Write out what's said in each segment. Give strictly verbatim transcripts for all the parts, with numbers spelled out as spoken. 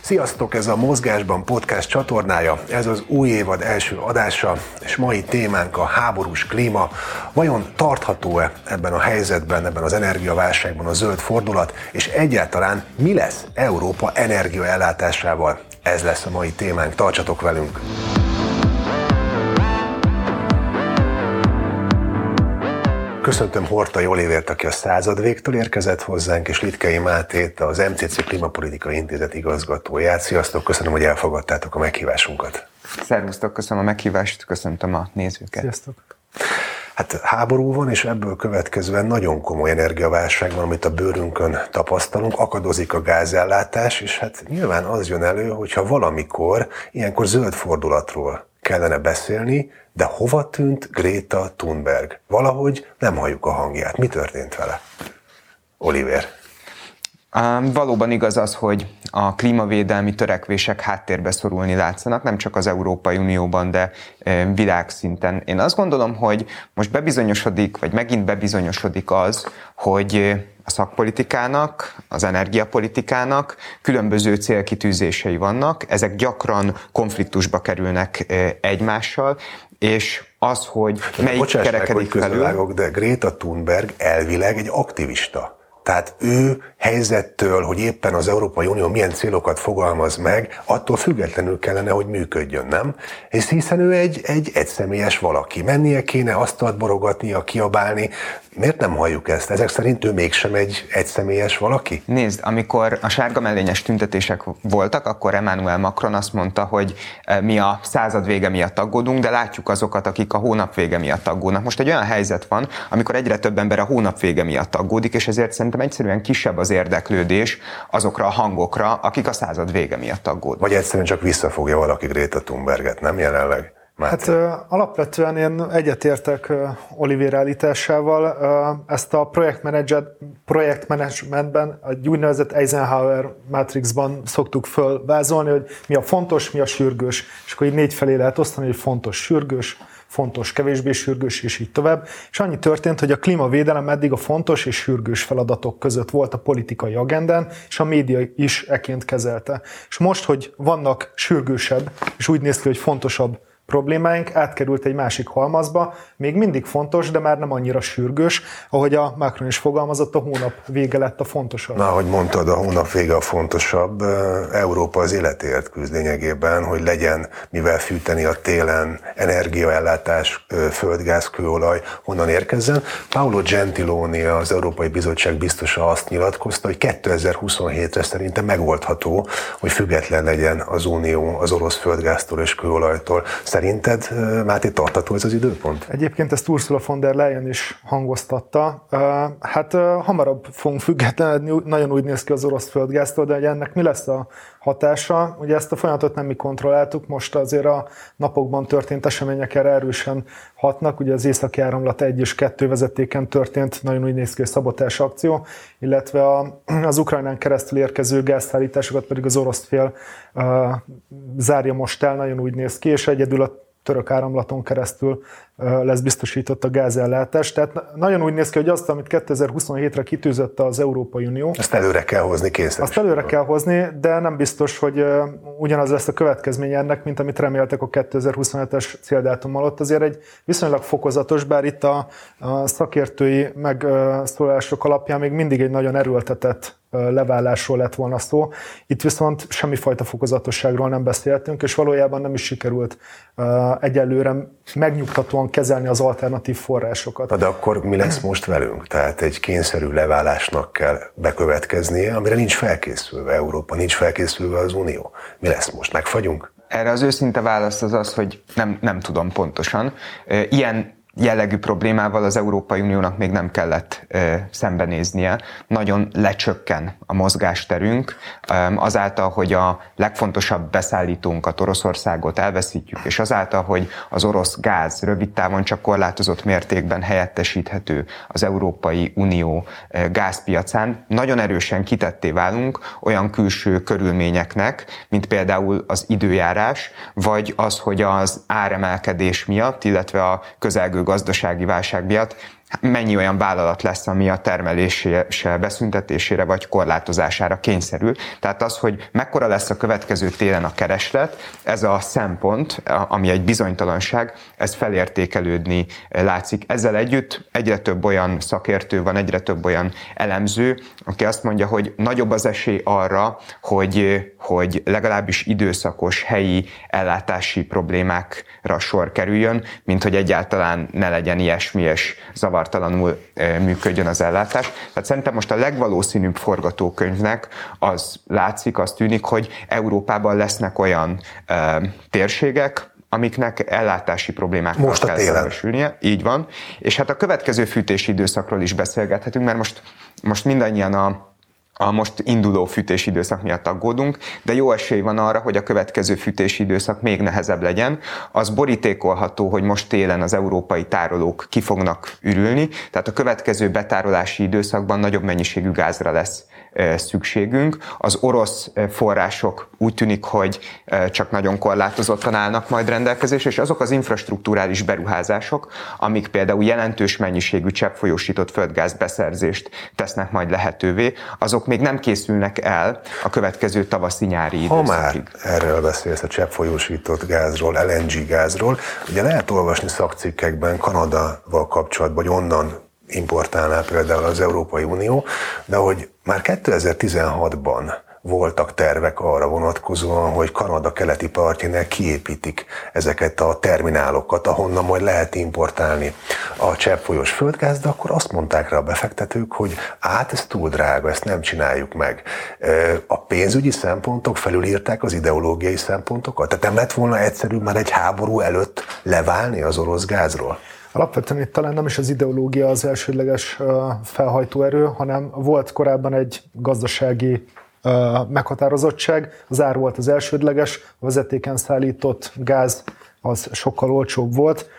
Sziasztok, ez a Mozgásban podcast csatornája, ez az új évad első adása, és mai témánk a háborús klíma. Vajon tartható-e ebben a helyzetben, ebben az energiaválságban a zöld fordulat, és egyáltalán mi lesz Európa energiaellátásával? Ez lesz a mai témánk, tartsatok velünk! Köszöntöm Hortai Olivért, aki a Századvégtől érkezett hozzánk, és Litkei Mátét, az em cé cé Klímapolitikai Intézet igazgatóját. Sziasztok, köszönöm, hogy elfogadtátok a meghívásunkat. Szervusztok, köszönöm a meghívást, köszöntöm a nézőket. Sziasztok. Hát háború van, és ebből következően nagyon komoly energiaválság van, amit a bőrünkön tapasztalunk, akadozik a gázellátás, és hát nyilván az jön elő, hogyha valamikor, ilyenkor zöld fordulatról kellene beszélni, de hova tűnt Greta Thunberg? Valahogy nem halljuk a hangját. Mi történt vele? Oliver. Um, valóban igaz az, hogy a klímavédelmi törekvések háttérbe szorulni látszanak, nem csak az Európai Unióban, de e, világszinten. Én azt gondolom, hogy most bebizonyosodik, vagy megint bebizonyosodik az, hogy a szakpolitikának, az energiapolitikának különböző célkitűzései vannak, ezek gyakran konfliktusba kerülnek e, egymással, és az, hogy melyik Bocsáss kerekedik meg, felül... Vágok, de Greta Thunberg elvileg egy aktivista. Tehát ő helyzettől, hogy éppen az Európai Unió milyen célokat fogalmaz meg, attól függetlenül kellene, hogy működjön, nem? És hiszen ő egy, egy egyszemélyes valaki. Mennie kéne, asztalt borogatnia, kiabálni. Miért nem halljuk ezt? Ezek szerint ő mégsem egy egyszemélyes valaki? Nézd, amikor a sárga mellényes tüntetések voltak, akkor Emmanuel Macron azt mondta, hogy mi a század vége miatt aggódunk, de látjuk azokat, akik a hónap vége miatt aggódnak. Most egy olyan helyzet van, amikor egyre több ember a hónap vége miatt aggódik, és ezért szerintem egyszerűen kisebb az érdeklődés azokra a hangokra, akik a század vége miatt aggódnak. Vagy egyszerűen csak visszafogja valaki Greta Thunberget, nem jelenleg? Hát uh, alapvetően én egyetértek uh, Oliver állításával. Uh, ezt a projektmenedzsmentben, egy úgynevezett Eisenhower Matrixban szoktuk fölvázolni, hogy mi a fontos, mi a sürgős. És akkor így négy felé lehet osztani, hogy fontos, sürgős, fontos, kevésbé sürgős, és így tovább. És annyi történt, hogy a klímavédelem eddig a fontos és sürgős feladatok között volt a politikai agendán, és a média is eként kezelte. És most, hogy vannak sürgősebb, és úgy néz ki, hogy fontosabb problémáink, átkerült egy másik halmazba, még mindig fontos, de már nem annyira sürgős, ahogy a Macron is fogalmazott, a hónap vége lett a fontosabb. Na, ahogy mondtad, a hónap vége a fontosabb. Európa az életéért küzd lényegében, hogy legyen mivel fűteni a télen, energiaellátás, földgáz, kőolaj, honnan érkezzen. Paolo Gentiloni, az Európai Bizottság biztosa azt nyilatkozta, hogy kétezer-huszonhétre szerintem megoldható, hogy független legyen az Unió az orosz földgáztól és kőolajtól. Szerinted, Máté, tartható ez az időpont? Egyébként ezt Ursula von der Leyen is hangoztatta. Hát hamarabb fogunk függetlenedni, nagyon úgy néz ki az orosz földgáztól, de hogy ennek mi lesz a hatása? Ugye ezt a folyamatot nem mi kontrolláltuk, most azért a napokban történt események erre erősen hatnak. Ugye az Északi Áramlat egy és kettő vezetéken történt, nagyon úgy néz ki, hogy szabotás akció, illetve a, az Ukrajnán keresztül érkező gázszállításokat pedig az orosz fél uh, zárja most el, nagyon úgy néz ki, és egyedül a török áramlaton keresztül lesz biztosított a gázellátás. Tehát nagyon úgy néz ki, hogy azt, amit kétezer-huszonhétre kitűzött az Európai Unió. Azt előre kell hozni készen. Azt előre kell hozni, de nem biztos, hogy ugyanaz lesz a következménye ennek, mint amit reméltek a kétezer-huszonhetes céldátummal. Ott azért egy viszonylag fokozatos, bár itt a, a szakértői megszólások alapján még mindig egy nagyon erőltetett leválásról lett volna szó. Itt viszont semmifajta fokozatosságról nem beszéltünk, és valójában nem is sikerült uh, egyelőre megnyugtatóan kezelni az alternatív forrásokat. Na de akkor mi lesz most velünk? Tehát egy kényszerű leválásnak kell bekövetkeznie, amire nincs felkészülve Európa, nincs felkészülve az Unió. Mi lesz most? Megfagyunk? Erre az őszinte válasz az az, hogy nem, nem tudom pontosan. Ilyen jellegű problémával az Európai Uniónak még nem kellett e, szembenéznie. Nagyon lecsökken a mozgásterünk, e, azáltal, hogy a legfontosabb beszállítónkat, Oroszországot elveszítjük, és azáltal, hogy az orosz gáz rövid távon csak korlátozott mértékben helyettesíthető az Európai Unió e, gázpiacán, nagyon erősen kitetté válunk olyan külső körülményeknek, mint például az időjárás, vagy az, hogy az áremelkedés miatt, illetve a közelgő gazdasági válság miatt mennyi olyan vállalat lesz, ami a termelése beszüntetésére vagy korlátozására kényszerül. Tehát az, hogy mekkora lesz a következő télen a kereslet, ez a szempont, ami egy bizonytalanság, ez felértékelődni látszik. Ezzel együtt egyre több olyan szakértő van, egyre több olyan elemző, aki azt mondja, hogy nagyobb az esély arra, hogy, hogy legalábbis időszakos helyi ellátási problémákra sor kerüljön, mint hogy egyáltalán ne legyen ilyesmi, és zavartalanul működjön az ellátás. Tehát szerintem most a legvalószínűbb forgatókönyvnek az látszik, az tűnik, hogy Európában lesznek olyan uh, térségek, amiknek ellátási problémákkal most kell szembesülnie. Így van. És hát a következő fűtési időszakról is beszélgethetünk, mert most, most mindannyian a a most induló fűtési időszak miatt aggódunk, de jó esély van arra, hogy a következő fűtési időszak még nehezebb legyen. Az borítékolható, hogy most télen az európai tárolók ki fognak ürülni, tehát a következő betárolási időszakban nagyobb mennyiségű gázra lesz szükségünk. Az orosz források úgy tűnik, hogy csak nagyon korlátozottan állnak majd rendelkezésre, és azok az infrastrukturális beruházások, amik például jelentős mennyiségű cseppfolyósított földgáz beszerzést tesznek majd lehetővé, azok még nem készülnek el a következő tavaszi-nyári időszakig. Ha már erről beszélsz, a cseppfolyósított gázról, el en gé gázról, ugye lehet olvasni szakcikkekben Kanadával kapcsolatban, vagy onnan importálná például az Európai Unió, de hogy már kétezer-tizenhatban voltak tervek arra vonatkozóan, hogy Kanada keleti partjánál kiépítik ezeket a terminálokat, ahonnan majd lehet importálni a cseppfolyós földgáz, de akkor azt mondták rá a befektetők, hogy át, ez túl drága, ezt nem csináljuk meg. A pénzügyi szempontok felülírták az ideológiai szempontokat? Tehát nem lett volna egyszerűbb már egy háború előtt leválni az orosz gázról? Alapvetően itt talán nem is az ideológia az elsődleges felhajtóerő, hanem volt korábban egy gazdasági meghatározottság, az ár volt az elsődleges, a vezetéken szállított gáz az sokkal olcsóbb volt.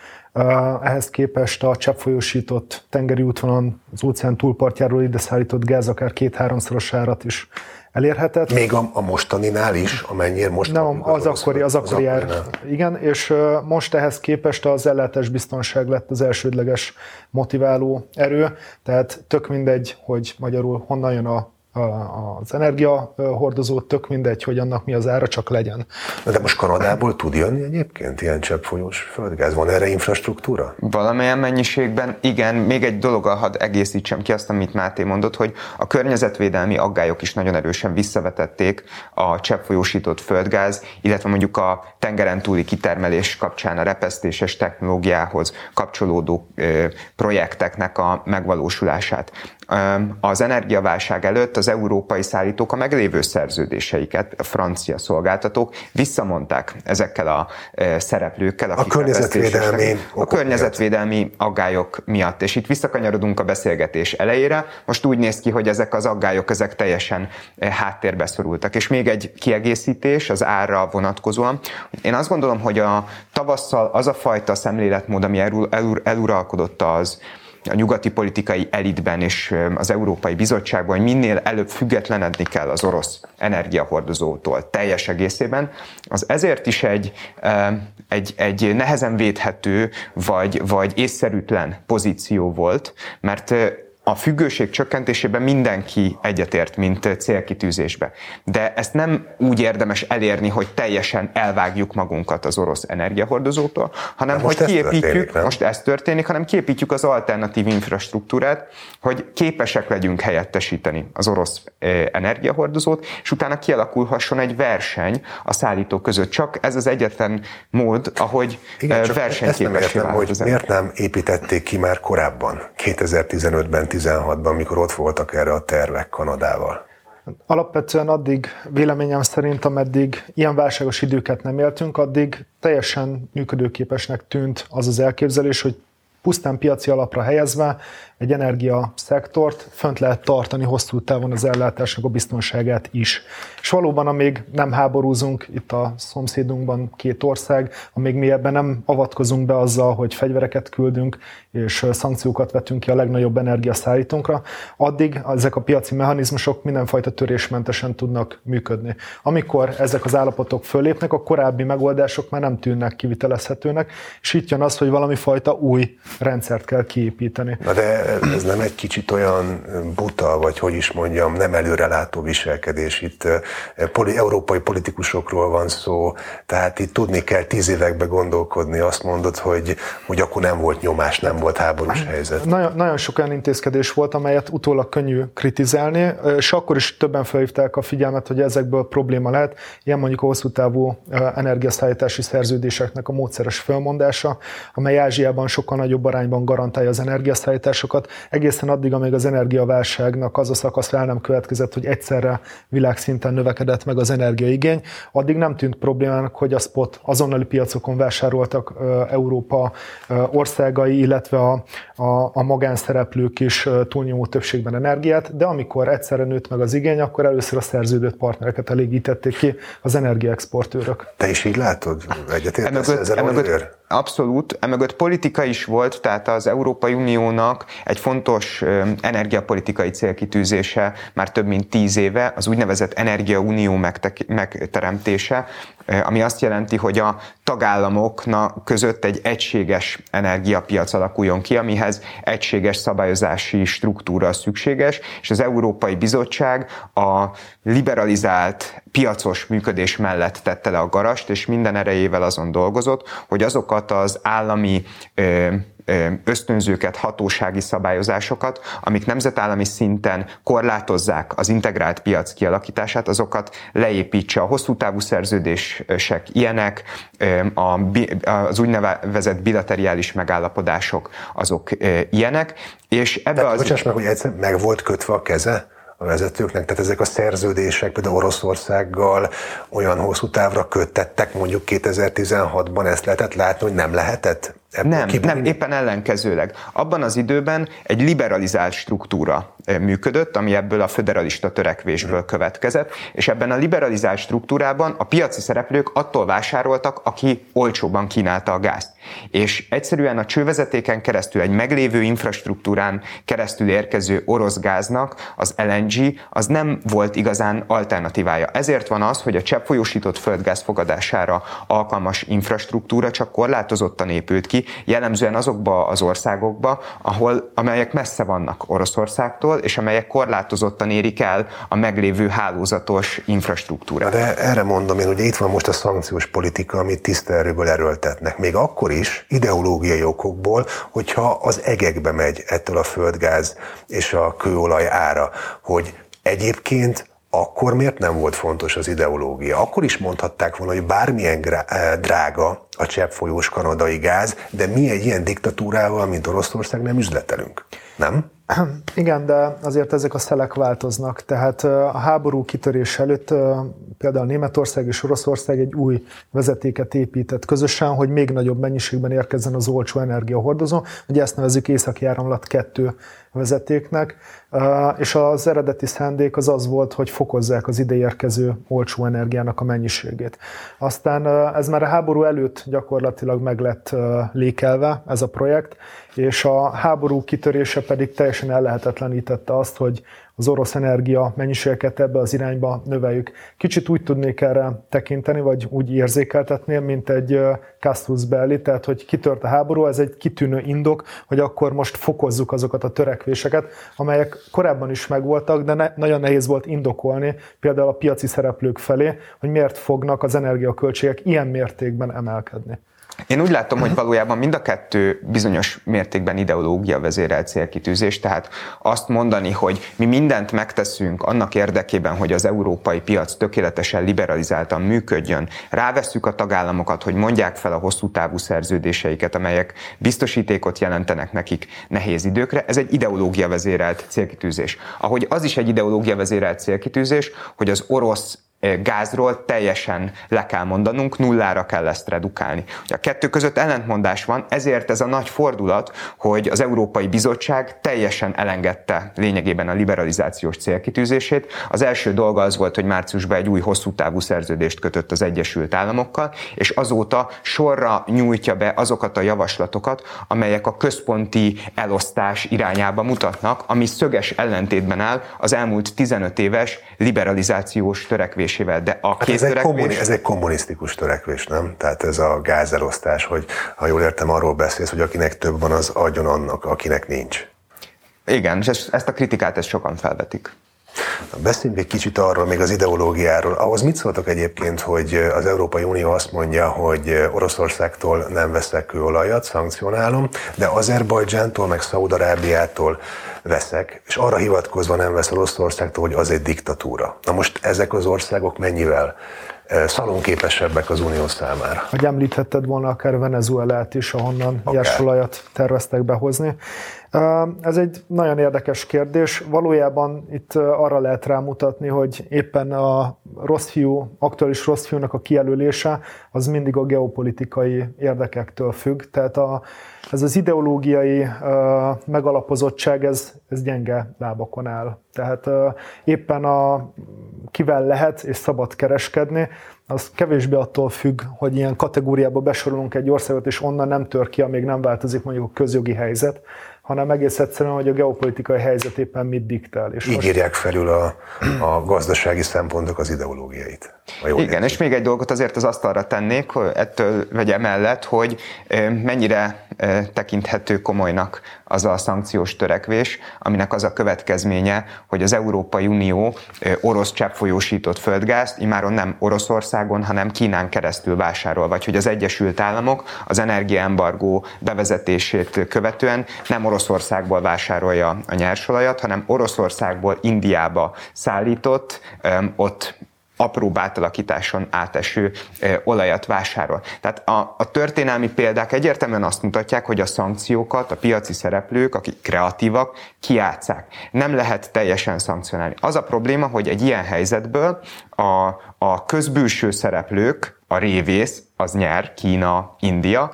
Ehhez képest a cseppfolyósított tengeri útvonalon az óceán túlpartjáról ide szállított gáz akár két-háromszoros árat is elérhetett. Még a, a mostaninál is, amennyire most... Nem, az, az akkori, az akkori ár. Igen, és most ehhez képest az ellátásbiztonság lett az elsődleges motiváló erő, tehát tök mindegy, hogy magyarul honnan jön a az energiahordozó, tök mindegy, hogy annak mi az ára, csak legyen. De most Kanadából tud jönni egyébként ilyen cseppfolyós földgáz? Van erre infrastruktúra? Valamilyen mennyiségben, igen. Még egy dologgal hadd egészítsem ki azt, amit Máté mondott, hogy a környezetvédelmi aggályok is nagyon erősen visszavetették a cseppfolyósított földgáz, illetve mondjuk a tengeren túli kitermelés kapcsán a repesztéses technológiához kapcsolódó projekteknek a megvalósulását. Az energiaválság előtt az európai szállítók a meglévő szerződéseiket, a francia szolgáltatók visszamondták ezekkel a szereplőkkel. A környezetvédelmi, a környezetvédelmi aggályok miatt. És itt visszakanyarodunk a beszélgetés elejére. Most úgy néz ki, hogy ezek az aggályok ezek teljesen háttérbe szorultak. És még egy kiegészítés az árra vonatkozóan. Én azt gondolom, hogy a tavasszal az a fajta szemléletmód, ami elur, elur, eluralkodott az a nyugati politikai elitben és az Európai Bizottságban, hogy minél előbb függetlenedni kell az orosz energiahordozótól teljes egészében, az ezért is egy, egy, egy nehezen védhető vagy, vagy észszerűtlen pozíció volt, mert a függőség csökkentésében mindenki egyetért, mint célkitűzésbe. De ezt nem úgy érdemes elérni, hogy teljesen elvágjuk magunkat az orosz energiahordozótól, hanem hogy kiépítjük, most ez történik, hanem kiépítjük az alternatív infrastruktúrát, hogy képesek legyünk helyettesíteni az orosz energiahordozót, és utána kialakulhasson egy verseny a szállítók között. Csak ez az egyetlen mód, ahogy versenyképessé vált. Hogy miért nem építették ki már korábban, kétezer-tizenötben, tizenhatban, amikor ott voltak erre a tervek Kanadával? Alapvetően addig, véleményem szerint, ameddig ilyen válságos időket nem éltünk, addig teljesen működőképesnek tűnt az az elképzelés, hogy pusztán piaci alapra helyezve egy energiaszektort fönt lehet tartani hosszú távon az ellátásnak a biztonságát is. És valóban, amíg nem háborúzunk, itt a szomszédunkban két ország, amíg mi ebben nem avatkozunk be azzal, hogy fegyvereket küldünk, és szankciókat vetünk ki a legnagyobb energiaszállítónkra, addig ezek a piaci mechanizmusok mindenfajta törésmentesen tudnak működni. Amikor ezek az állapotok fölépnek, a korábbi megoldások már nem tűnnek kivitelezhetőnek, és itt jön az, hogy valami fajta új rendszert kell kiépíteni. Na de ez nem egy kicsit olyan buta, vagy hogy is mondjam, nem előrelátó viselkedés. Itt poli, európai politikusokról van szó, tehát itt tudni kell tíz évekbe gondolkodni, azt mondod, hogy, hogy akkor nem volt nyomás, nem volt háborús helyzet. Nagyon, nagyon sok olyan intézkedés volt, amelyet utólag könnyű kritizálni, és akkor is többen felhívták a figyelmet, hogy ezekből probléma lehet. Ilyen mondjuk a hosszú távú energiaszállítási szerződéseknek a módszeres felmondása, amely Ázsiában sokkal nagyobb arányban garantálja az energiaszállításokat, egészen addig, amíg az energiaválságnak az a szakasz el nem következett, hogy egyszerre világszinten növekedett meg az energiaigény, addig nem tűnt problémának, hogy a spot azonnali piacokon vásároltak Európa országai, illetve a, a, a magánszereplők is túlnyomó többségben energiát, de amikor egyszerre nőtt meg az igény, akkor először a szerződött partnereket elégítették ki az energiaexportőrök. Te is így látod? Egyetértesz ezzel, Oliver? Abszolút, emögött politika is volt, tehát az Európai Uniónak egy fontos energiapolitikai célkitűzése már több mint tíz éve, az úgynevezett energiaunió megteremtése, ami azt jelenti, hogy a tagállamok között egy egységes energiapiac alakuljon ki, amihez egységes szabályozási struktúra szükséges, és az Európai Bizottság a liberalizált piacos működés mellett tette le a garast, és minden erejével azon dolgozott, hogy azokat az állami ösztönzőket, hatósági szabályozásokat, amik nemzetállami szinten korlátozzák az integrált piac kialakítását, azokat leépítse. A hosszú távú szerződések ilyenek, az úgynevezett bilateriális megállapodások azok ilyenek, és ebbe Tehát, az... Bocsáss meg, hogy egyszer meg volt kötve a keze a vezetőknek, tehát ezek a szerződések például Oroszországgal olyan hosszú távra köttettek, mondjuk kétezer-tizenhatban ezt lehetett látni, hogy nem lehetett? Nem, nem, éppen ellenkezőleg. Abban az időben egy liberalizált struktúra működött, ami ebből a föderalista törekvésből következett, és ebben a liberalizált struktúrában a piaci szereplők attól vásároltak, aki olcsóban kínálta a gázt. És egyszerűen a csővezetéken keresztül, egy meglévő infrastruktúrán keresztül érkező orosz gáznak az el en gé az nem volt igazán alternatívája. Ezért van az, hogy a cseppfolyósított földgáz fogadására alkalmas infrastruktúra csak korlátozottan épült ki, jellemzően azokba az országokba, ahol, amelyek messze vannak Oroszországtól, és amelyek korlátozottan érik el a meglévő hálózatos infrastruktúrát. De erre mondom én, hogy itt van most a szankciós politika, amit tiszta erőből erőltetnek. Még akkor is ideológiai okokból, hogyha az egekbe megy ettől a földgáz és a kőolaj ára, hogy egyébként akkor miért nem volt fontos az ideológia? Akkor is mondhatták volna, hogy bármilyen drága a cseppfolyós kanadai gáz, de mi egy ilyen diktatúrával, mint Oroszország nem üzletelünk. Nem? Igen, de azért ezek a szelek változnak. Tehát a háború kitörés előtt például Németország és Oroszország egy új vezetéket épített közösen, hogy még nagyobb mennyiségben érkezzen az olcsó energiahordozó. Ugye ezt nevezzük Északi Áramlat kettő vezetéknek, és az eredeti szándék az az volt, hogy fokozzák az ide érkező olcsó energiának a mennyiségét. Aztán ez már a háború előtt gyakorlatilag meg lett lékelve ez a projekt, és a háború kitörése pedig teljesen ellehetetlenítette azt, hogy az orosz energia mennyiségeket ebbe az irányba növeljük. Kicsit úgy tudnék erre tekinteni, vagy úgy érzékeltetném, mint egy casus belli, tehát hogy kitört a háború, ez egy kitűnő indok, hogy akkor most fokozzuk azokat a törekvéseket, amelyek korábban is megvoltak, de ne, nagyon nehéz volt indokolni, például a piaci szereplők felé, hogy miért fognak az energiaköltségek ilyen mértékben emelkedni. Én úgy látom, hogy valójában mind a kettő bizonyos mértékben ideológia vezérelt célkitűzés, tehát azt mondani, hogy mi mindent megteszünk annak érdekében, hogy az európai piac tökéletesen liberalizáltan működjön, rávesszük a tagállamokat, hogy mondják fel a hosszú távú szerződéseiket, amelyek biztosítékot jelentenek nekik nehéz időkre, ez egy ideológia vezérelt célkitűzés. Ahogy az is egy ideológia vezérelt célkitűzés, hogy az orosz gázról teljesen le kell mondanunk, nullára kell ezt redukálni. A kettő között ellentmondás van, ezért ez a nagy fordulat, hogy az Európai Bizottság teljesen elengedte lényegében a liberalizációs célkitűzését. Az első dolga az volt, hogy márciusban egy új hosszú távú szerződést kötött az Egyesült Államokkal, és azóta sorra nyújtja be azokat a javaslatokat, amelyek a központi elosztás irányába mutatnak, ami szöges ellentétben áll az elmúlt tizenöt éves liberalizációs törekvés megkerülésével, de a hát két ez, egy törekvés... kommuni, ez egy kommunisztikus törekvés, nem? Tehát ez a gázelosztás, hogy ha jól értem, arról beszélsz, hogy akinek több van, az adjon annak, akinek nincs. Igen, és ezt a kritikát ezt sokan felvetik. Beszéljünk egy kicsit arról, még az ideológiáról. Ahhoz mit szóltak egyébként, hogy az Európai Unió azt mondja, hogy Oroszországtól nem veszek kőolajat, szankcionálom, de Azerbajdzsántól, meg Szaúd-Arábiától veszek, és arra hivatkozva nem vesz Oroszországtól, hogy az egy diktatúra. Na most ezek az országok mennyivel szalonképesebbek az Unió számára? Hogy említhetted volna akár Venezuelát is, ahonnan okay. nyersolajat terveztek behozni. Ez egy nagyon érdekes kérdés. Valójában itt arra lehet rámutatni, hogy éppen a rossz fiú, aktuális rossz fiúnak a kijelölése az mindig a geopolitikai érdekektől függ. Tehát a, ez az ideológiai uh, megalapozottság, ez, ez gyenge lábakon áll. Tehát uh, éppen a, kivel lehet és szabad kereskedni, az kevésbé attól függ, hogy ilyen kategóriába besorolunk egy országot, és onnan nem tör ki, amíg nem változik mondjuk a közjogi helyzet, hanem egész egyszerűen, hogy a geopolitikai helyzet éppen mit diktál. És így most... írják felül a, a gazdasági szempontok az ideológiait. Igen, értem. És még egy dolgot azért az asztalra tennék, ettől vagy emellett, hogy mennyire tekinthető komolynak az a szankciós törekvés, aminek az a következménye, hogy az Európai Unió orosz cseppfolyósított földgázt immáron nem Oroszországon, hanem Kínán keresztül vásárol, vagy hogy az Egyesült Államok az energiaembargó bevezetését követően nem Oroszországból vásárolja a nyersolajat, hanem Oroszországból Indiába szállított, ott apróbb átalakításon áteső olajat vásárol. Tehát a, a történelmi példák egyértelműen azt mutatják, hogy a szankciókat a piaci szereplők, akik kreatívak, kijátsszák. Nem lehet teljesen szankcionálni. Az a probléma, hogy egy ilyen helyzetből a, a közbülső szereplők, a révész, az nyer, Kína, India,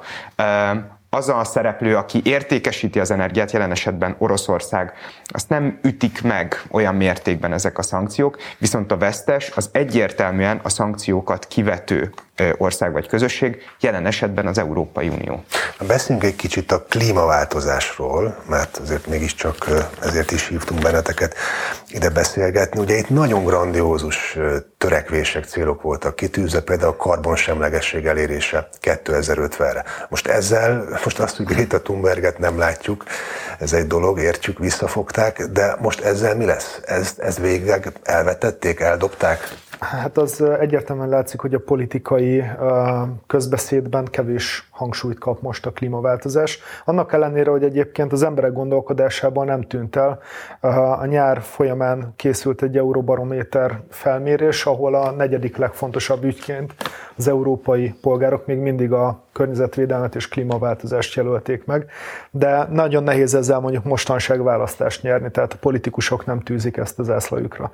az a szereplő, aki értékesíti az energiát, jelen esetben Oroszország, azt nem ütik meg olyan mértékben ezek a szankciók, viszont a vesztes az egyértelműen a szankciókat kivető ország vagy közösség, jelen esetben az Európai Unió. Beszéljünk egy kicsit a klímaváltozásról, mert azért mégiscsak ezért is hívtunk benneteket ide beszélgetni. Ugye itt nagyon grandiózus törekvések, célok voltak kitűzve, például a karbonsemlegesség elérése kétezer-ötvenre. Most ezzel, most azt, hogy Greta Thunberget nem látjuk, ez egy dolog, értjük, visszafogták, de most ezzel mi lesz? Ezt, ezt végleg elvetették, eldobták? Hát az egyértelműen látszik, hogy a politikai közbeszédben kevés hangsúlyt kap most a klímaváltozás. Annak ellenére, hogy egyébként az emberek gondolkodásában nem tűnt el. A nyár folyamán készült egy Euróbarométer felmérés, ahol a negyedik legfontosabb ügyként az európai polgárok még mindig a környezetvédelmet és klímaváltozást jelölték meg, de nagyon nehéz ezzel mondjuk mostanság választást nyerni, tehát a politikusok nem tűzik ezt az zászlajukra.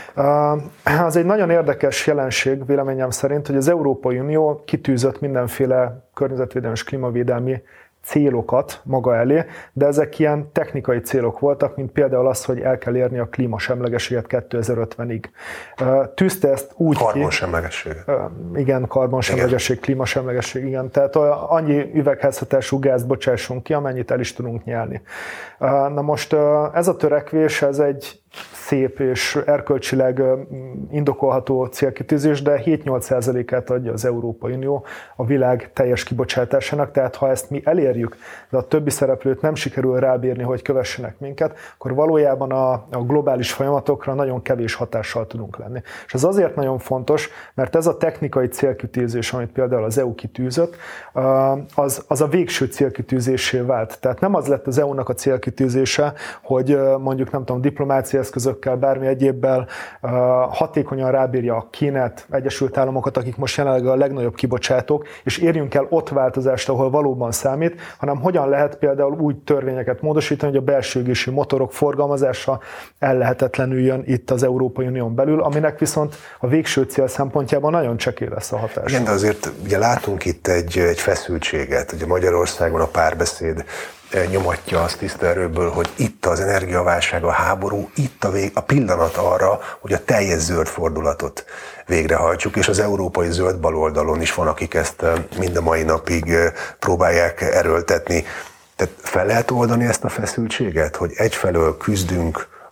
Az egy nagyon érdekes jelenség véleményem szerint, hogy az Európai Unió kitűzött mindenféle környezetvédelmi és klímavédelmi célokat maga elé, de ezek ilyen technikai célok voltak, mint például az, hogy el kell érni a klímasemlegességet kétezer-ötvenig. Tűzte ezt úgy Karbonsemlegesség. ki... Igen, karbonsemlegesség, klímasemlegesség, igen. Tehát annyi üvegházhatású gázt bocsássunk ki, amennyit el is tudunk nyelni. Na most ez a törekvés, ez egy szép és erkölcsileg indokolható célkitűzés, de hét-nyolc százalékát adja az Európai Unió a világ teljes kibocsátásának, tehát ha ezt mi elérjük, de a többi szereplőt nem sikerül rábírni, hogy kövessenek minket, akkor valójában a, a globális folyamatokra nagyon kevés hatással tudunk lenni. És ez azért nagyon fontos, mert ez a technikai célkitűzés, amit például az é u kitűzött, az, az a végső célkitűzésé vált. Tehát nem az lett az é u-nak a célkitűzése, hogy mondjuk nem tudom, diplomáciai eszközökkel, bármi egyébbel uh, hatékonyan rábírja a Kínát, Egyesült Államokat, akik most jelenleg a legnagyobb kibocsátók, és érjünk el ott változást, ahol valóban számít, hanem hogyan lehet például úgy törvényeket módosítani, hogy a belső égési motorok forgalmazása ellehetetlenüljön itt az Európai Unión belül, aminek viszont a végső cél szempontjában nagyon csekély lesz a hatás. Igen, de azért ugye látunk itt egy, egy feszültséget, ugye Magyarországon a párbeszéd nyomatja azt tiszta erőből, hogy itt az energiaválság, a háború, itt a, vég, a pillanat arra, hogy a teljes zöld fordulatot végrehajtsuk, és az európai zöld baloldalon is van, akik ezt mind a mai napig próbálják erőltetni. Tehát fel lehet oldani ezt a feszültséget, hogy egyfelől küzdünk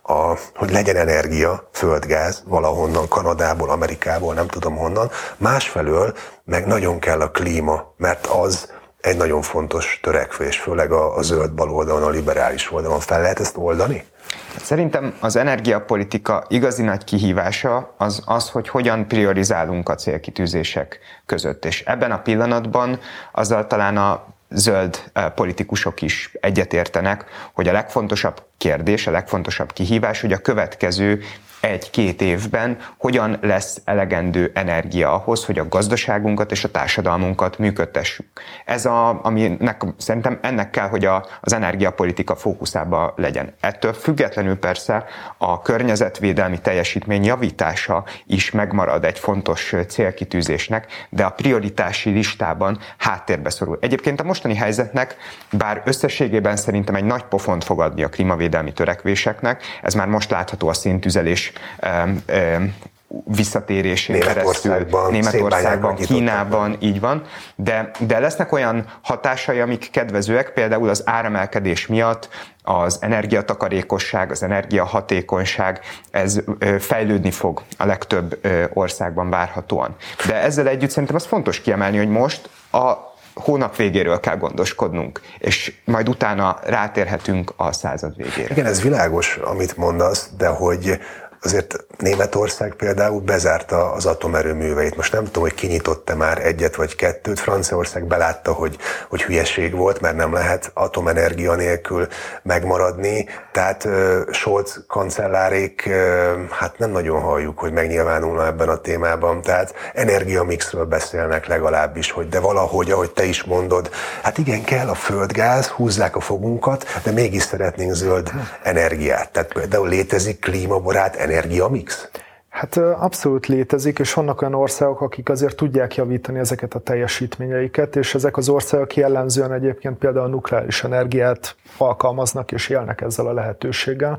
a, hogy legyen energia, földgáz valahonnan, Kanadából, Amerikából, nem tudom honnan. Másfelől meg nagyon kell a klíma, mert az egy nagyon fontos törekvés, főleg a, a zöld baloldalon, a liberális oldalon. Fel lehet ezt oldani? Szerintem az energiapolitika igazi nagy kihívása az az, hogy hogyan priorizálunk a célkitűzések között. És ebben a pillanatban azzal talán a zöld politikusok is egyetértenek, hogy a legfontosabb kérdés, a legfontosabb kihívás, hogy a következő egy-két évben hogyan lesz elegendő energia ahhoz, hogy a gazdaságunkat és a társadalmunkat működtessük. Ez a, aminek szerintem ennek kell, hogy a, az energiapolitika fókuszába legyen. Ettől függetlenül persze a környezetvédelmi teljesítmény javítása is megmarad egy fontos célkitűzésnek, de a prioritási listában háttérbe szorul. Egyébként a mostani helyzetnek, bár összességében szerintem egy nagy pofont fog adni a klímavédelmi törekvéseknek, ez már most látható a széntüzelés visszatérésén keresztül, Németországban, Kínában, így van, de, de lesznek olyan hatásai, amik kedvezőek, például az áremelkedés miatt az energiatakarékosság, az energiahatékonyság, ez fejlődni fog a legtöbb országban várhatóan. De ezzel együtt szerintem az fontos kiemelni, hogy most a hónap végéről kell gondoskodnunk, és majd utána rátérhetünk a század végére. Igen, ez világos, amit mondasz, de hogy azért Németország például bezárta az atomerőműveit. Most nem tudom, hogy kinyitotta már egyet vagy kettőt. Franciaország belátta, hogy, hogy hülyeség volt, mert nem lehet atomenergia nélkül megmaradni. Tehát uh, Scholz kancellárék, uh, hát nem nagyon halljuk, hogy megnyilvánulna ebben a témában. Tehát energiamixről beszélnek legalábbis, hogy de valahogy, ahogy te is mondod, hát igen, kell a földgáz, húzzák a fogunkat, de mégis szeretnénk zöld energiát. Tehát például létezik klímabarát energiamix? Hát abszolút létezik, és vannak olyan országok, akik azért tudják javítani ezeket a teljesítményeiket, és ezek az országok jellemzően egyébként például a nukleáris energiát alkalmaznak és élnek ezzel a lehetőséggel,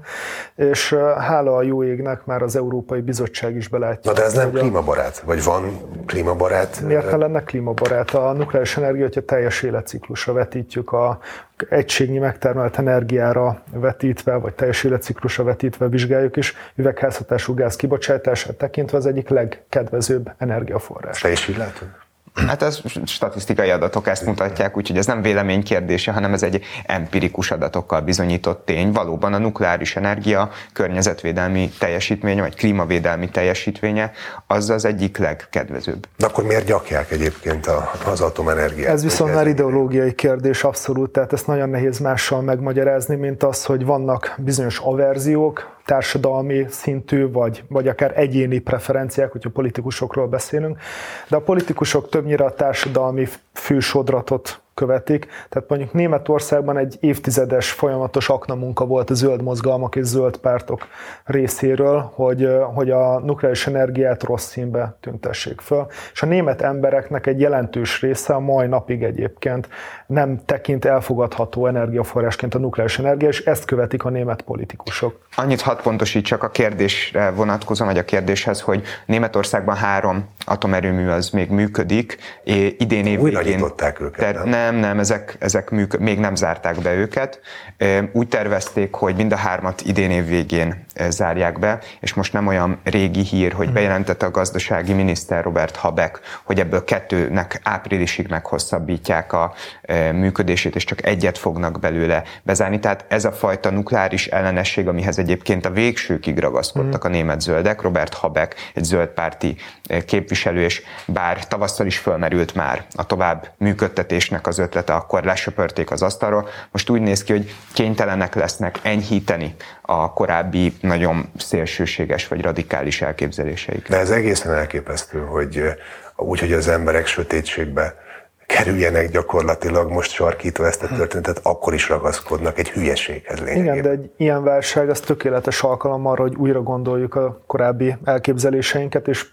és hála a jó égnek már az Európai Bizottság is belátja. Na de ez nem klímabarát? Vagy van klímabarát? Miért ne lenne klímabarát? A nukleáris energia, hogyha teljes életciklusra vetítjük, a egységnyi megtermelt energiára vetítve, vagy teljes életciklusra vetítve vizsgáljuk is, üvegházhatású gáz kibocsátását tekintve az egyik legkedvezőbb energiaforrás. Te is így látod? Hát ez statisztikai adatok ezt mutatják, úgyhogy ez nem vélemény kérdése, hanem ez egy empirikus adatokkal bizonyított tény. Valóban a nukleáris energia környezetvédelmi teljesítménye, vagy klímavédelmi teljesítménye az az egyik legkedvezőbb. De akkor miért gyakják egyébként az atomenergiát? Ez viszont már ideológiai kérdés abszolút, tehát ezt nagyon nehéz mással megmagyarázni, mint az, hogy vannak bizonyos averziók, társadalmi szintű, vagy, vagy akár egyéni preferenciák, hogyha politikusokról beszélünk, de a politikusok többnyire a társadalmi fősodratot követik. Tehát mondjuk Németországban egy évtizedes folyamatos aknamunka volt a zöld mozgalmak és zöld pártok részéről, hogy, hogy a nukleáris energiát rossz színbe tüntessék föl. És a német embereknek egy jelentős része a mai napig egyébként nem tekint elfogadható energiaforrásként a nukleáris energia, és ezt követik a német politikusok. Annyit hadd pontosítsak a kérdésre vonatkozom, vagy a kérdéshez, hogy Németországban három atomerőmű az még működik. Idén év Újra nyitották őket, ter- nem? Nem, nem, ezek, ezek műk- még nem zárták be őket. Úgy tervezték, hogy mind a hármat idén év végén zárják be, és most nem olyan régi hír, hogy bejelentette a gazdasági miniszter Robert Habeck, hogy ebből kettőnek áprilisig meghosszabbítják a működését, és csak egyet fognak belőle bezárni. Tehát ez a fajta nukleáris ellenesség, amihez egyébként a végsőkig ragaszkodtak a német zöldek, Robert Habeck, egy zöldpárti képviselő, és bár tavasszal is fölmerült már a tovább működtetésnek az ötlete, akkor lesöpörték az asztalról. Most úgy néz ki, hogy kénytelenek lesznek enyhíteni a korábbi nagyon szélsőséges vagy radikális elképzeléseiket. De ez egészen elképesztő, hogy úgy, hogy az emberek sötétségbe kerüljenek gyakorlatilag, most sarkítva ezt a történetet, akkor is ragaszkodnak egy hülyeséghez lényegében. Igen, de egy ilyen válság az tökéletes alkalom arra, hogy újra gondoljuk a korábbi elképzeléseinket, és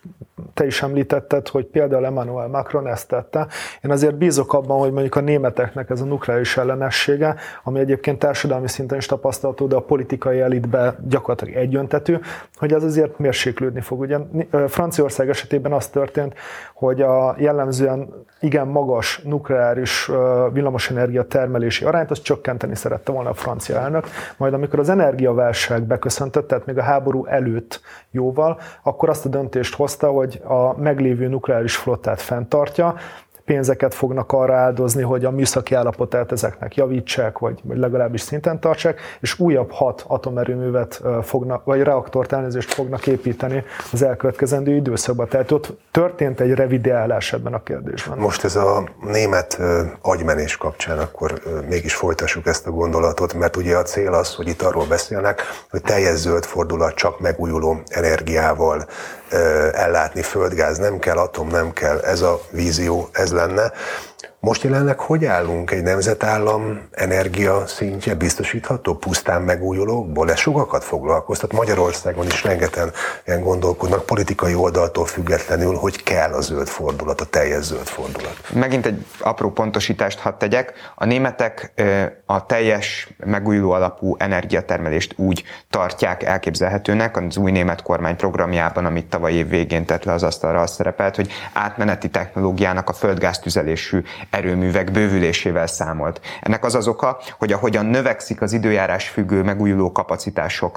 te is említetted, hogy például Emmanuel Macron ezt tette. Én azért bízok abban, hogy mondjuk a németeknek ez a nukleáris ellenessége, ami egyébként társadalmi szinten is tapasztalható, de a politikai elitben gyakorlatilag egyöntetű, hogy ez azért mérséklődni fog. Ugye Franciaország esetében az történt, hogy a jellemzően igen magas nukleáris villamosenergia termelési arányt, azt csökkenteni szerette volna a francia elnök, majd amikor az energiaválság beköszöntött, tehát még a háború előtt jóval, akkor azt a döntést hozta, hogy a meglévő nukleáris flottát fenntartja, pénzeket fognak arra áldozni, hogy a műszaki állapotát ezeknek javítsák, vagy, vagy legalábbis szinten tartsák, és újabb hat atomerőművet fognak, vagy reaktort elnézést fognak építeni az elkövetkezendő időszakban. Tehát ott történt egy revideálás ebben a kérdésben. Most ez a német agymenés kapcsán akkor mégis folytassuk ezt a gondolatot, mert ugye a cél az, hogy itt arról beszélnek, hogy teljes zöld fordulat csak megújuló energiával ellátni, földgáz nem kell, atom nem kell, ez a vízió, ez lenne. Most jelenleg hogy állunk? Egy nemzetállam energia szintje biztosítható pusztán megújulókból? Ez sokakat foglalkoztat. Magyarországon is rengetegen gondolkodnak politikai oldaltól függetlenül, hogy kell a zöld fordulat, a teljes zöld fordulat. Megint egy apró pontosítást hadd tegyek. A németek a teljes megújuló alapú energiatermelést úgy tartják elképzelhetőnek, az új német kormány programjában, amit tavaly év végén tett le az asztalra, az szerepelt, hogy átmeneti technológiának a földgáztüzelésű erőművek bővülésével számolt. Ennek az az oka, hogy ahogyan növekszik az időjárás függő megújuló kapacitások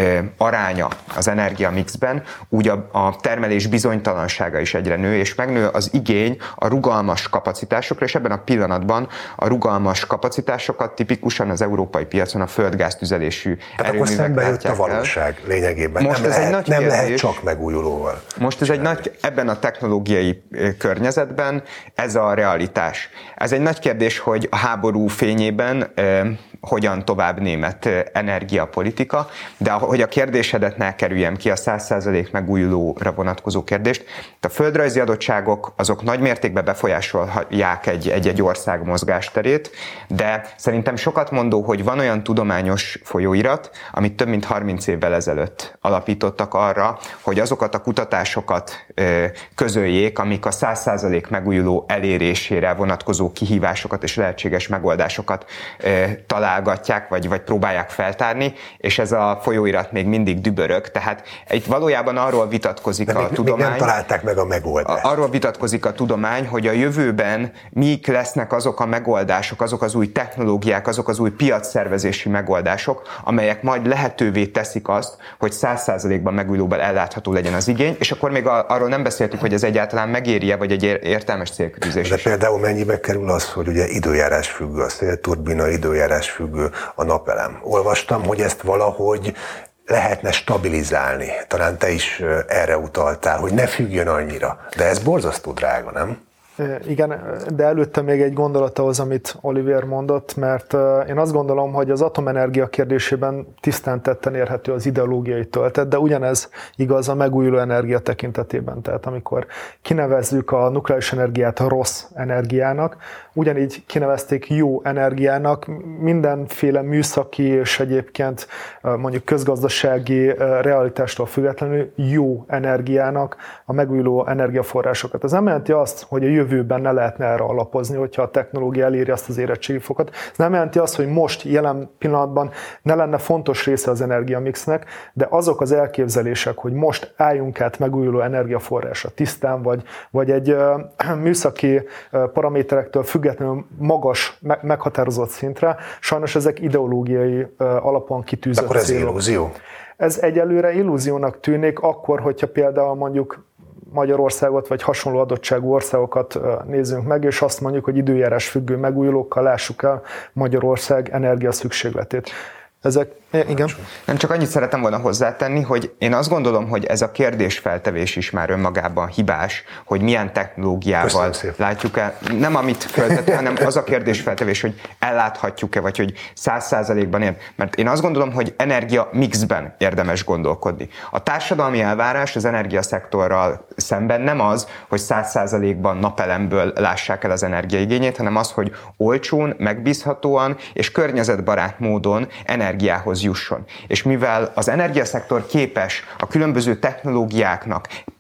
aránya az energiamixben, úgy a, a termelés bizonytalansága is egyre nő, és megnő az igény a rugalmas kapacitásokra, és ebben a pillanatban a rugalmas kapacitásokat tipikusan az európai piacon a földgáztüzelésű erőművek látják a valóság el. Lényegében. Most nem ez lehet, egy nagy nem kérdés. lehet csak megújulóval. Most ez egy nagy, ebben a technológiai környezetben ez a realitás. Ez egy nagy kérdés, hogy a háború fényében eh, hogyan tovább német energiapolitika, de hogy a kérdésedet ne kerüljem ki, a száz százalék megújulóra vonatkozó kérdést, a földrajzi adottságok azok nagy mértékben befolyásolják egy, egy, egy ország mozgásterét, de szerintem sokat mondó, hogy van olyan tudományos folyóirat, amit több mint harminc évvel ezelőtt alapítottak arra, hogy azokat a kutatásokat eh, közöljék, amik a száz százalék megújuló elérésére vonatkozó kihívásokat és lehetséges megoldásokat e, találgatják, vagy, vagy próbálják feltárni, és ez a folyóirat még mindig dübörög. Tehát itt valójában arról vitatkozik De a még, tudomány. még nem találták meg a megoldást. A, arról vitatkozik a tudomány, hogy a jövőben mik lesznek azok a megoldások, azok az új technológiák, azok az új piacszervezési megoldások, amelyek majd lehetővé teszik azt, hogy száz százalékban megújulóban ellátható legyen az igény, és akkor még a, arról nem beszéltük, hogy ez egyáltalán megéri-e, vagy egy értelmes célkitűzés. De például mennyibe kerül az, hogy ugye időjárás függő a szélturbina, időjárás függő a napelem. Olvastam, hogy ezt valahogy lehetne stabilizálni. Talán te is erre utaltál, hogy ne függjön annyira. De ez borzasztó drága, nem? Igen, de előtte még egy gondolat ahhoz, amit Oliver mondott, mert én azt gondolom, hogy az atomenergia kérdésében tisztán tetten érhető az ideológiai töltet, de ugyanez igaz a megújuló energia tekintetében. Tehát amikor kinevezzük a nukleáris energiát a rossz energiának, ugyanígy kinevezték jó energiának, mindenféle műszaki és egyébként mondjuk közgazdasági realitástól függetlenül jó energiának a megújuló energiaforrásokat. Ez nem jelenti azt, hogy a jövőben ne lehetne erre alapozni, hogyha a technológia eléri azt az érettségi fokot. Ez nem jelenti azt, hogy most, jelen pillanatban ne lenne fontos része az energiamixnek, de azok az elképzelések, hogy most álljunk át megújuló energiaforrásra tisztán, vagy, vagy egy uh, műszaki uh, paraméterektől függetlenül magas, me- meghatározott szintre, sajnos ezek ideológiai uh, alapon kitűzött akkor ez célok. illúzió? Ez egyelőre illúziónak tűnik, akkor, hogyha például mondjuk Magyarországot vagy hasonló adottságú országokat nézzünk meg, és azt mondjuk, hogy időjárás függő megújulókkal lássuk el Magyarország energia szükségletét. Ezek, igen. Nem, csak annyit szeretem volna hozzátenni, hogy én azt gondolom, hogy ez a kérdésfeltevés is már önmagában hibás, hogy milyen technológiával látjuk el. Nem amit föltető, hanem az a kérdésfeltevés, hogy elláthatjuk-e, vagy hogy száz százalékban ér. Mert én azt gondolom, hogy energia mixben érdemes gondolkodni. A társadalmi elvárás az energiaszektorral szemben nem az, hogy száz százalékban napelemből lássák el az energiaigényét, hanem az, hogy olcsón, megbízhatóan és környezetbarát módon energiához jusson. És mivel az energiaszektor képes a különböző technológiáknak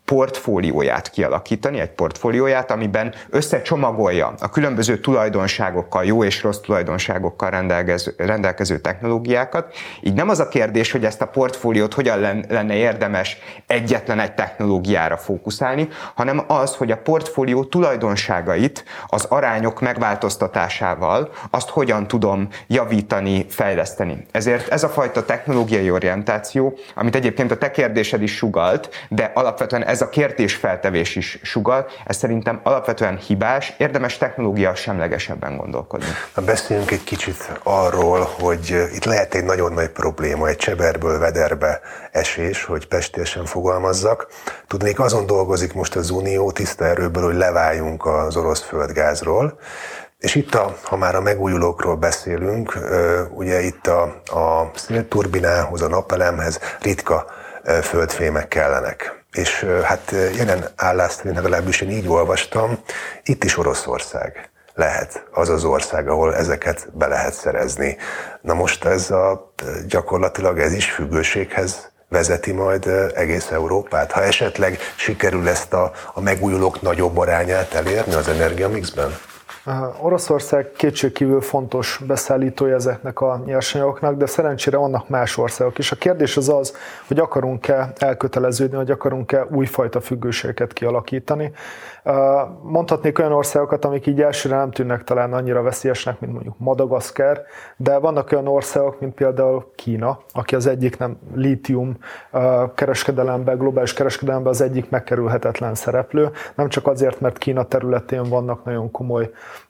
portfólióját kialakítani, egy portfólióját, amiben összecsomagolja a különböző tulajdonságokkal, jó és rossz tulajdonságokkal rendelkező, rendelkező technológiákat. Így nem az a kérdés, hogy ezt a portfóliót hogyan lenne érdemes egyetlen egy technológiára fókuszálni, hanem az, hogy a portfólió tulajdonságait az arányok megváltoztatásával azt hogyan tudom javítani, fejleszteni. Ezért ez a fajta technológiai orientáció, amit egyébként a te kérdésed is sugalt, de alapvetően ez a kérdésfeltevés is sugal, ez szerintem alapvetően hibás, érdemes technológia semlegesebben gondolkodni. Na, beszéljünk egy kicsit arról, hogy itt lehet egy nagyon nagy probléma, egy cseberből vederbe esés, hogy pestésen fogalmazzak. Tudnék, azon dolgozik most az Unió tiszta erőből, hogy leváljunk az orosz földgázról, és itt, a, ha már a megújulókról beszélünk, ugye itt a, a szélturbinához, a napelemhez ritka földfémek kellenek. És hát jelen állás szerint, legalábbis én így olvastam, itt is Oroszország lehet az az ország, ahol ezeket be lehet szerezni. Na most ez a, gyakorlatilag ez is függőséghez vezeti majd egész Európát? Ha esetleg sikerül ezt a, a megújulók nagyobb arányát elérni az energiamixben? Oroszország kétségkívül fontos beszállítója ezeknek a nyersanyagoknak, de szerencsére vannak más országok is. A kérdés az az, hogy akarunk-e elköteleződni, vagy akarunk-e újfajta függőségeket kialakítani. Mondhatnék olyan országokat, amik így elsőre nem tűnnek talán annyira veszélyesnek, mint mondjuk Madagaszkár, de vannak olyan országok, mint például Kína, aki az egyik nem lítium kereskedelemben, globális kereskedelemben az egyik megkerülhetetlen szereplő. Nem csak azért, mert Kína területén vannak nagyon komoly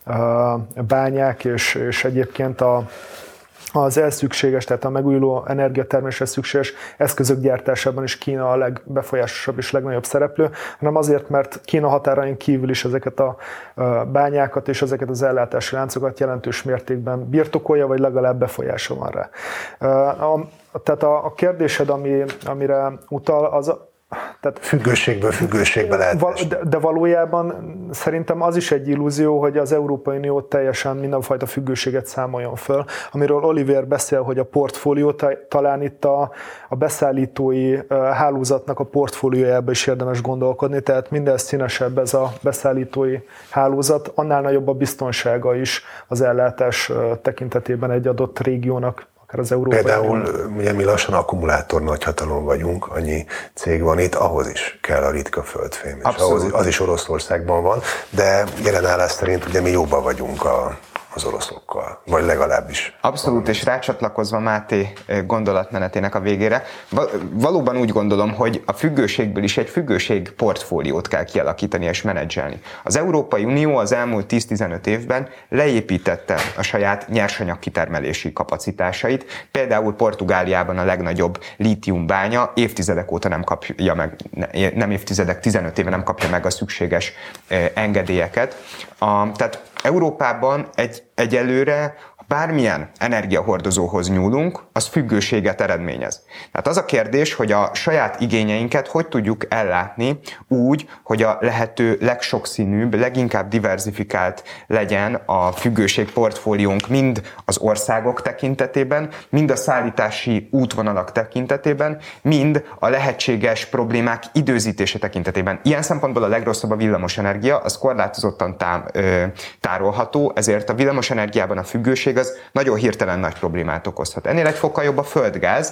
bányák, és, és egyébként a az elszükséges, tehát a megújuló energiatermésre szükséges eszközök gyártásában is Kína a legbefolyásosabb és legnagyobb szereplő, hanem azért, mert Kína határain kívül is ezeket a bányákat és ezeket az ellátási láncokat jelentős mértékben birtokolja, vagy legalább befolyása van rá. Tehát a kérdésed, ami, amire utal, az Tehát függőségből függőségbe lehet. De, de valójában szerintem az is egy illúzió, hogy az Európai Unió teljesen mindenfajta függőséget számoljon föl, amiről Oliver beszél, hogy a portfólió, talán itt a, a beszállítói hálózatnak a portfóliójába is érdemes gondolkodni, tehát minden színesebb ez a beszállítói hálózat, annál nagyobb a biztonsága is az ellátás tekintetében egy adott régiónak. Az Például ugye mi lassan akkumulátor nagyhatalom vagyunk, annyi cég van itt, ahhoz is kell a ritka földfém, és ahhoz, az is Oroszországban van, de jelen állás szerint ugye mi jobban vagyunk a, az oroszokkal, vagy legalábbis. Abszolút, és rácsatlakozva Máté gondolatmenetének a végére, valóban úgy gondolom, hogy a függőségből is egy függőség portfóliót kell kialakítani és menedzselni. Az Európai Unió az elmúlt tíz-tizenöt évben leépítette a saját nyersanyag kitermelési kapacitásait, például Portugáliában a legnagyobb lítiumbánya évtizedek óta nem kapja meg, nem évtizedek, tizenöt éve nem kapja meg a szükséges engedélyeket. A, tehát Európában egy, egyelőre bármilyen energiahordozóhoz nyúlunk, az függőséget eredményez. Tehát az a kérdés, hogy a saját igényeinket hogy tudjuk ellátni úgy, hogy a lehető legsokszínűbb, leginkább diverzifikált legyen a függőség portfóliónk mind az országok tekintetében, mind a szállítási útvonalak tekintetében, mind a lehetséges problémák időzítése tekintetében. Ilyen szempontból a legrosszabb a villamosenergia, az korlátozottan tá- tárolható, ezért a villamosenergiában a függőség az nagyon hirtelen nagy problémát okozhat. Ennél egy fokkal jobb a földgáz,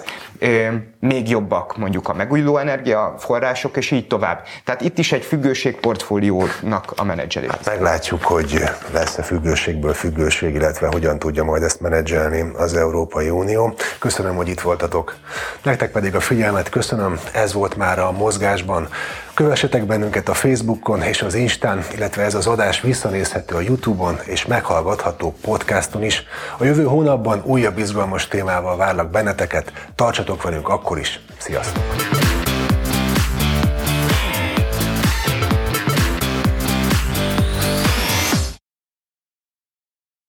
még jobbak mondjuk a megújuló energiaforrások, és így tovább. Tehát itt is egy függőség portfóliónak a menedzselés. Hát meglátjuk, hogy lesz-e függőségből függőség, illetve hogyan tudja majd ezt menedzselni az Európai Unió. Köszönöm, hogy itt voltatok. Nektek pedig a figyelmet köszönöm. Ez volt már a Mozgásban. Kövessetek bennünket a Facebookon és az Instán, illetve ez az adás visszanézhető a YouTube-on és meghallgatható podcaston is. A jövő hónapban újabb izgalmas témával várlak benneteket, tartsatok velünk akkor is. Sziasztok!